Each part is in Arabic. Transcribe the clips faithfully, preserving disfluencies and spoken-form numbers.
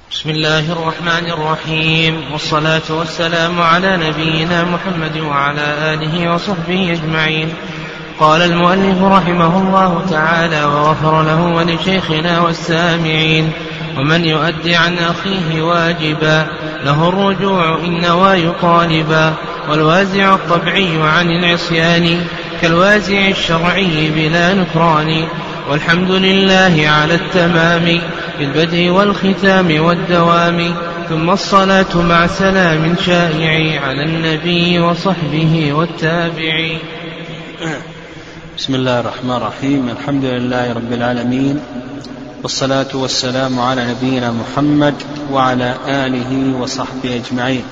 بسم الله الرحمن الرحيم، والصلاة والسلام على نبينا محمد وعلى آله وصحبه أجمعين. قال المؤلف رحمه الله تعالى وغفر له ولشيخنا والسامعين: ومن يؤدي عن أخيه واجبا له الرجوع إن نوى يطالبا، والوازع الطبعي عن العصيان كالوازع الشرعي بلا نكران. والحمد لله على التمام بالبدء والختام والدوام، ثم الصلاة مع سلام شائع على النبي وصحبه والتابعين. بسم الله الرحمن الرحيم. الحمد لله رب العالمين، والصلاة والسلام على نبينا محمد وعلى آله وصحبه أجمعين.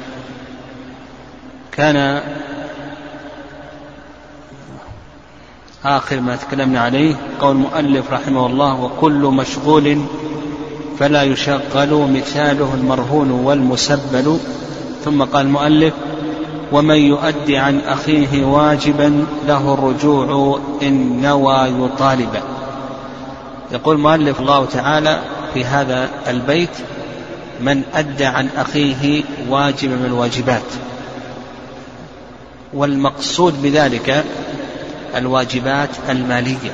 كان آخر ما تكلمنا عليه قول المؤلف رحمه الله: وكل مشغول فلا يشغل مثاله المرهون والمسبل. ثم قال المؤلف: ومن يؤدي عن أخيه واجبا له الرجوع إن نوى يطالبا. يقول المؤلف الله تعالى في هذا البيت: من أدى عن أخيه واجب من الواجبات، والمقصود بذلك الواجبات المالية،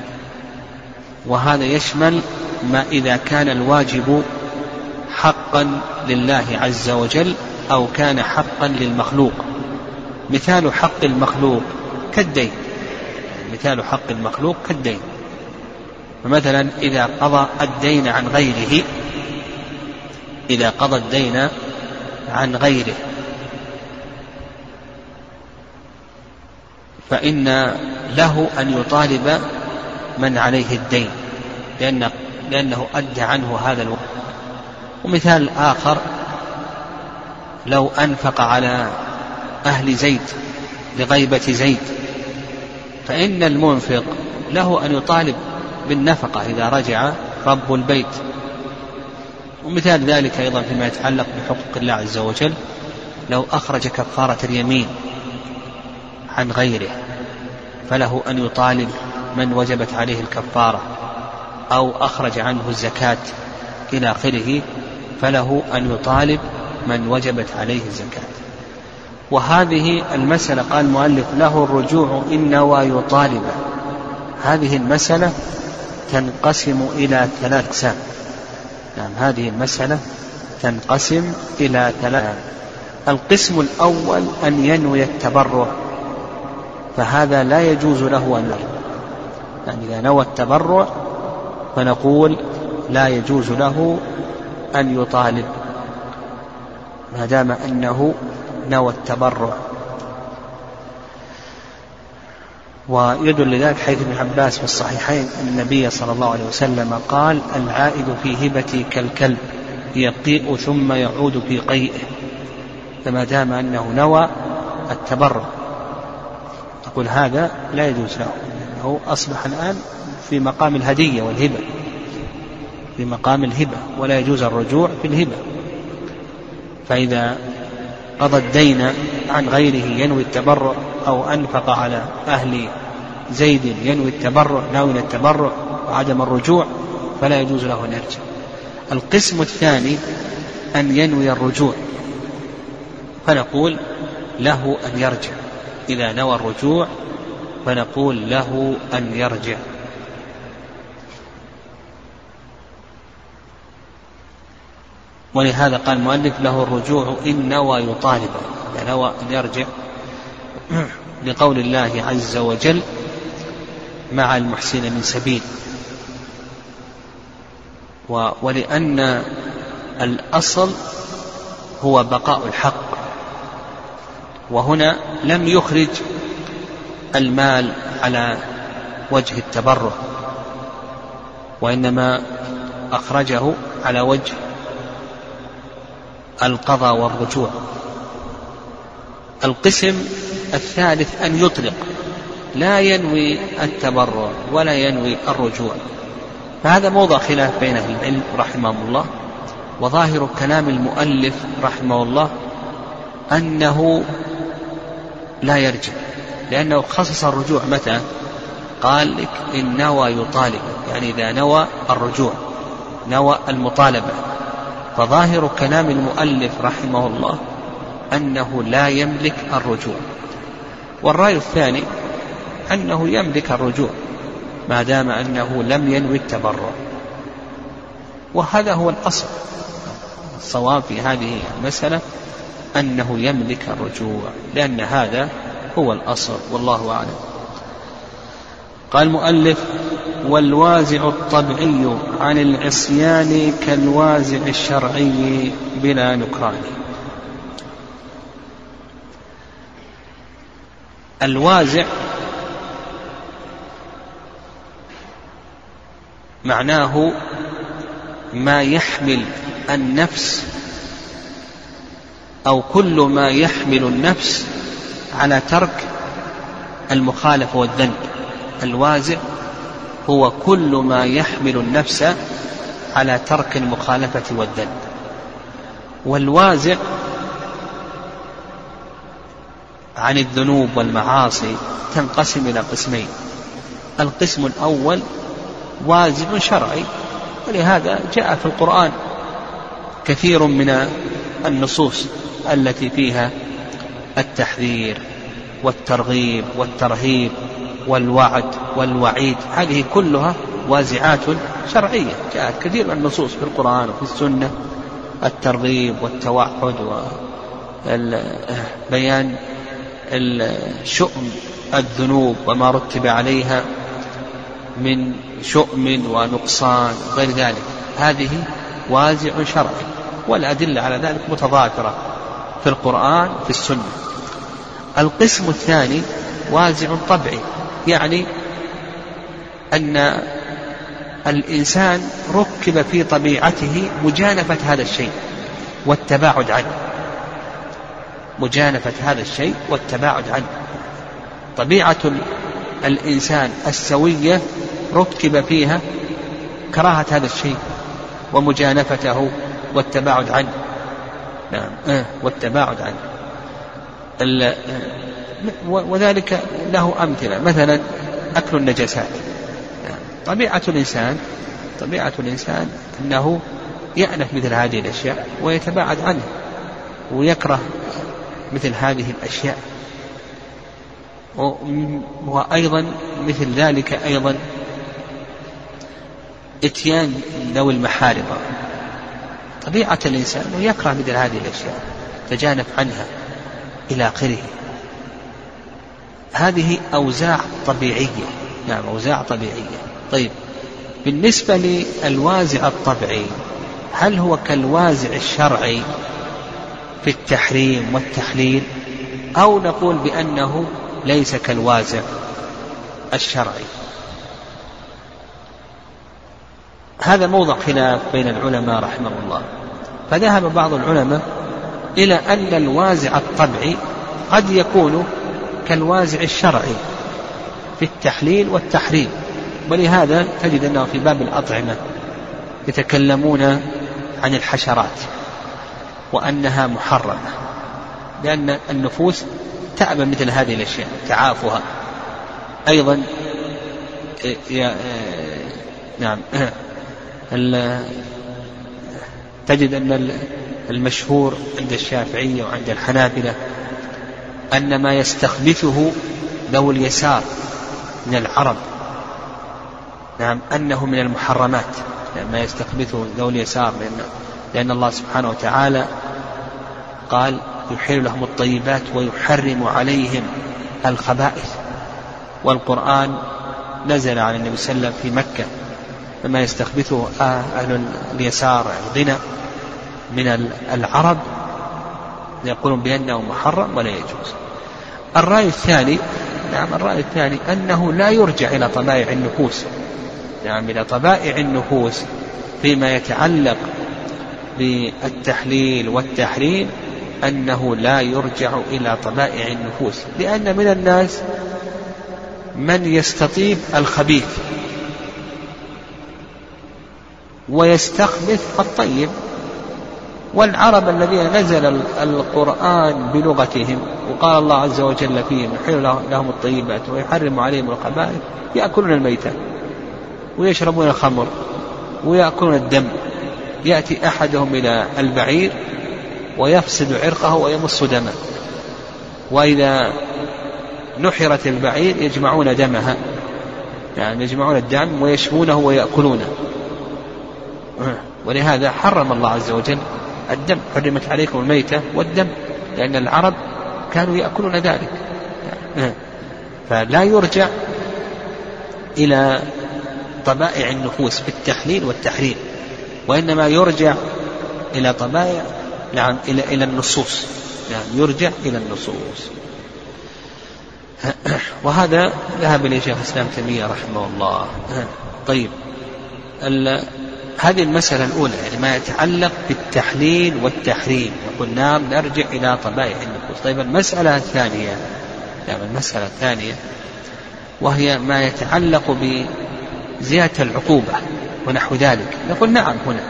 وهذا يشمل ما إذا كان الواجب حقا لله عز وجل أو كان حقا للمخلوق. مثال حق المخلوق كالدين، مثال حق المخلوق كالدين. فمثلا إذا قضى الدين عن غيره، إذا قضى الدين عن غيره فإن له أن يطالب من عليه الدين، لأنه, لأنه أدى عنه هذا الوقت. ومثال آخر: لو أنفق على أهل زيد لغيبة زيد فإن المنفق له أن يطالب بالنفقة إذا رجع رب البيت. ومثال ذلك أيضا فيما يتعلق بحقوق الله عز وجل: لو أخرج كفارة اليمين عن غيره فله أن يطالب من وجبت عليه الكفارة، أو أخرج عنه الزكاة إلى آخره فله أن يطالب من وجبت عليه الزكاة. وهذه المسألة قال المؤلف: له الرجوع إن نوى يطالبا. هذه المسألة تنقسم إلى ثلاث أقسام. نعم، هذه المسألة تنقسم إلى ثلاث. القسم الأول أن ينوي التبرع، فهذا لا يجوز له أن يطالب. يعني إذا نوى التبرع فنقول لا يجوز له أن يطالب ما دام أنه نوى التبرع. ويدل لذلك حيث ابن عباس في الصحيحين أن النبي صلى الله عليه وسلم قال: العائد في هبتي كالكلب يقيء ثم يعود في قيئه. فما دام أنه نوى التبرع تقول هذا لا يجوز له، لأنه أصبح الآن في مقام الهدية والهبة، في مقام الهبة، ولا يجوز الرجوع في الهبة. فإذا قضى الدين عن غيره ينوي التبرع، أو أنفق على أهل زيد ينوي التبرع، ناوي التبرع وعدم الرجوع، فلا يجوز له أن يرجع. القسم الثاني أن ينوي الرجوع، فنقول له أن يرجع. إذا نوى الرجوع فنقول له أن يرجع. ولهذا قال المؤلف: له الرجوع إن نوى يطالب، إذا نوى أن يرجع، لقول الله عز وجل: مع المحسن من سبيل. ولأن الأصل هو بقاء الحق، وهنا لم يخرج المال على وجه التبرع، وإنما أخرجه على وجه القضاء والرجوع. القسم الثالث أن يطلق، لا ينوي التبرع ولا ينوي الرجوع. فهذا موضع خلاف بين أهل العلم رحمهم الله. وظاهر كلام المؤلف رحمه الله أنه لا يرجع، لأنه خصص الرجوع متى؟ قال لك إن نوى يطالب، يعني إذا نوى الرجوع، نوى المطالبة. فظاهر كلام المؤلف رحمه الله أنه لا يملك الرجوع، والرأي الثاني أنه يملك الرجوع ما دام أنه لم ينوي التبرع، وهذا هو الأصل. الصواب في هذه المسألة أنه يملك الرجوع، لأن هذا هو الأصل، والله أعلم. قال المؤلف: والوازع الطبعي عن العصيان كالوازع الشرعي بلا نكران. الوازع معناه ما يحمل النفس أو كل ما يحمل النفس على ترك المخالفة والذنب. الوازع هو كل ما يحمل النفس على ترك المخالفة والذنب. والوازع عن الذنوب والمعاصي تنقسم إلى قسمين: القسم الأول وازع شرعي، ولهذا جاء في القرآن كثير من النصوص التي فيها التحذير والترغيب والترهيب والوعد والوعيد، هذه كلها وازعات شرعية، جاءت كثير من النصوص في القرآن وفي السنة: الترغيب والتوعد وبيان شؤم الذنوب وما رتب عليها من شؤم ونقصان غير ذلك، هذه وازع شرعي، والأدلة على ذلك متضافرة في القرآن وفي السنة. القسم الثاني وازع طبعي، يعني أن الإنسان ركب في طبيعته مجانفة هذا الشيء والتباعد عنه، مجانفة هذا الشيء والتباعد عنه. طبيعة الإنسان السوية ركب فيها كراهة هذا الشيء ومجانفته والتباعد عنه. نعم آه والتباعد عنه. وذلك له أمثلة، مثلا أكل النجسات. طبيعة الإنسان طبيعة الإنسان أنه يأنف مثل هذه الأشياء ويتباعد عنها ويكره مثل هذه الأشياء. وأيضا مثل ذلك أيضا إتيان ذوي المحارم، طبيعة الإنسان أنه يكره مثل هذه الأشياء، تجانب عنها إلى آخره. هذه أوزاع طبيعية. نعم أوزاع طبيعية. طيب بالنسبة للوازع الطبعي، هل هو كالوازع الشرعي في التحريم والتحليل، أو نقول بأنه ليس كالوازع الشرعي؟ هذا موضع خلاف بين العلماء رحمه الله. فذهب بعض العلماء إلى أن الوازع الطبعي قد يكون كالوازع الشرعي في التحليل والتحريم، ولهذا تجد أنه في باب الأطعمة يتكلمون عن الحشرات وأنها محرمة، لأن النفوس تأبى مثل هذه الأشياء تعافها. أيضا يا نعم تجد أن المشهور عند الشافعية وعند الحنابلة أن ما يستخبثه ذو اليسار من العرب نعم أنه من المحرمات، ما يستخبثه ذو اليسار، لأن, لأن الله سبحانه وتعالى قال: يحل لهم الطيبات ويحرم عليهم الخبائث. والقرآن نزل على النبي صلى الله عليه وسلم في مكة لما يستخبثه أهل اليسار الغنى من العرب يقولون بأنه محرم ولا يجوز. الرأي الثاني نعم الرأي الثاني أنه لا يرجع إلى طبائع النفوس، نعم إلى طبائع النفوس فيما يتعلق بالتحليل والتحريم، أنه لا يرجع إلى طبائع النفوس، لأن من الناس من يستطيب الخبيث ويستخبث الطيب. والعرب الذين نزل القرآن بلغتهم وقال الله عز وجل فيهم: يحل لهم الطيبات ويحرم عليهم الخبائث، يأكلون الميتة ويشربون الخمر ويأكلون الدم يأتي أحدهم إلى البعير ويفسد عرقه ويمص دمه، وإذا نحرت البعير يجمعون دمها، يعني يجمعون الدم ويشمونه ويأكلونه. ولهذا حرم الله عز وجل الدم، حرمت عليكم الميتة والدم، لأن العرب كانوا يأكلون ذلك. فلا يرجع إلى طبائع النفوس بالتحليل والتحريم، وإنما يرجع إلى طبائع نعم إلى إلى النصوص، يعني يرجع إلى النصوص. وهذا ذهب إليه شيخ الإسلام تيمية رحمه الله. طيب، هذه المسألة الأولى، يعني ما يتعلق بالتحليل والتحريم، وقلنا نرجع إلى طبائع النفوس. طيب، المسألة الثانية، يعني المسألة الثانية وهي ما يتعلق بزيادة العقوبة ونحو ذلك. نقول نعم، هنا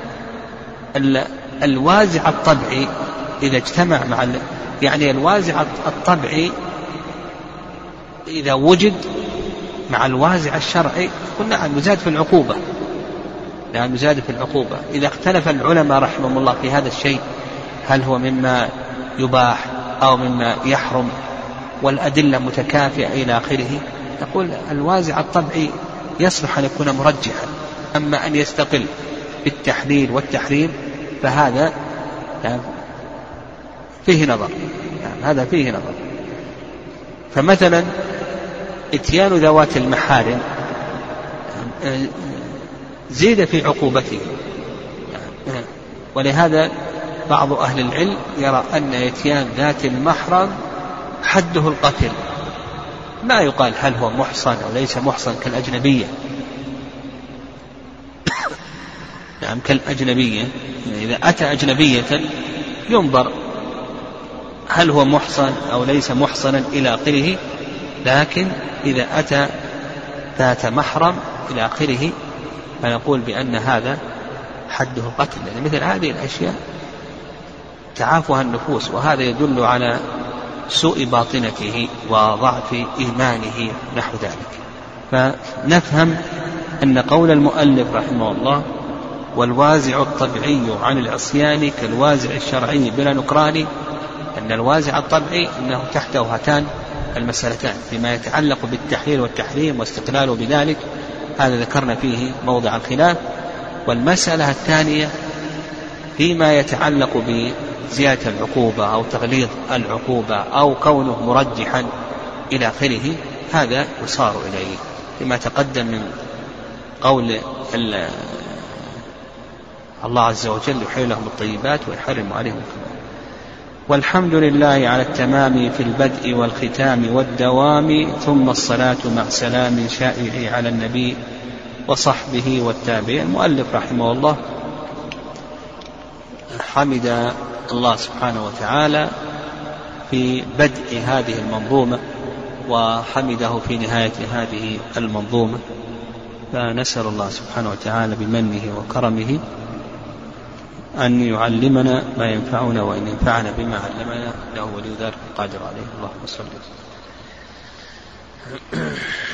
الوازع الطبعي إذا اجتمع مع يعني الوازع الطبعي إذا وجد مع الوازع الشرعي قلنا نعم نزاد في العقوبة، نعم نزاد في العقوبة. إذا اختلف العلماء رحمهم الله في هذا الشيء، هل هو مما يباح أو مما يحرم، والأدلة متكافئة إلى آخره، نقول الوازع الطبعي يصلح أن يكون مرجحا. أما أن يستقل بالتحليل والتحريم فهذا يعني فيه نظر، يعني هذا فيه نظر. فمثلا اتيان ذوات المحارم زيد في عقوبته، ولهذا بعض أهل العلم يرى أن اتيان ذات المحرم حده القتل، ما يقال هل هو محصن أو ليس محصن كالأجنبية. نعم كالأجنبية، إذا أتى أجنبية ينظر هل هو محصن أو ليس محصنا إلى آخره، لكن إذا أتى ذات محرم إلى آخره فنقول بأن هذا حده القتل، لأن مثل هذه الأشياء تعافها النفوس، وهذا يدل على سوء باطنته وضعف إيمانه نحو ذلك. فنفهم أن قول المؤلف رحمه الله والوازع الطبيعي عن العصيان كالوازع الشرعي بلا نكران، أن الوازع الطبيعي أنه تحته هاتان المسألتان فيما يتعلق بالتحليل والتحريم واستقلاله بذلك، هذا ذكرنا فيه موضع الخلاف. والمسألة الثانية فيما يتعلق بزيادة العقوبة أو تغليظ العقوبة أو كونه مرجحا إلى آخره، هذا يصار إليه فيما تقدم من قول الله عز وجل يحل لهم الطيبات ويحرم عليهم الخبائث. والحمد لله على التمام في البدء والختام والدوام، ثم الصلاة مع سلام شائع على النبي وصحبه والتابعين. المؤلف رحمه الله حمد الله سبحانه وتعالى في بدء هذه المنظومة وحمده في نهاية هذه المنظومة، فنسأل الله سبحانه وتعالى بمنه وكرمه أن يعلمنا ما ينفعنا وأن ينفعنا بما علمنا، إنه ولي ذلك القادر عليه. اللهم صل وسلم.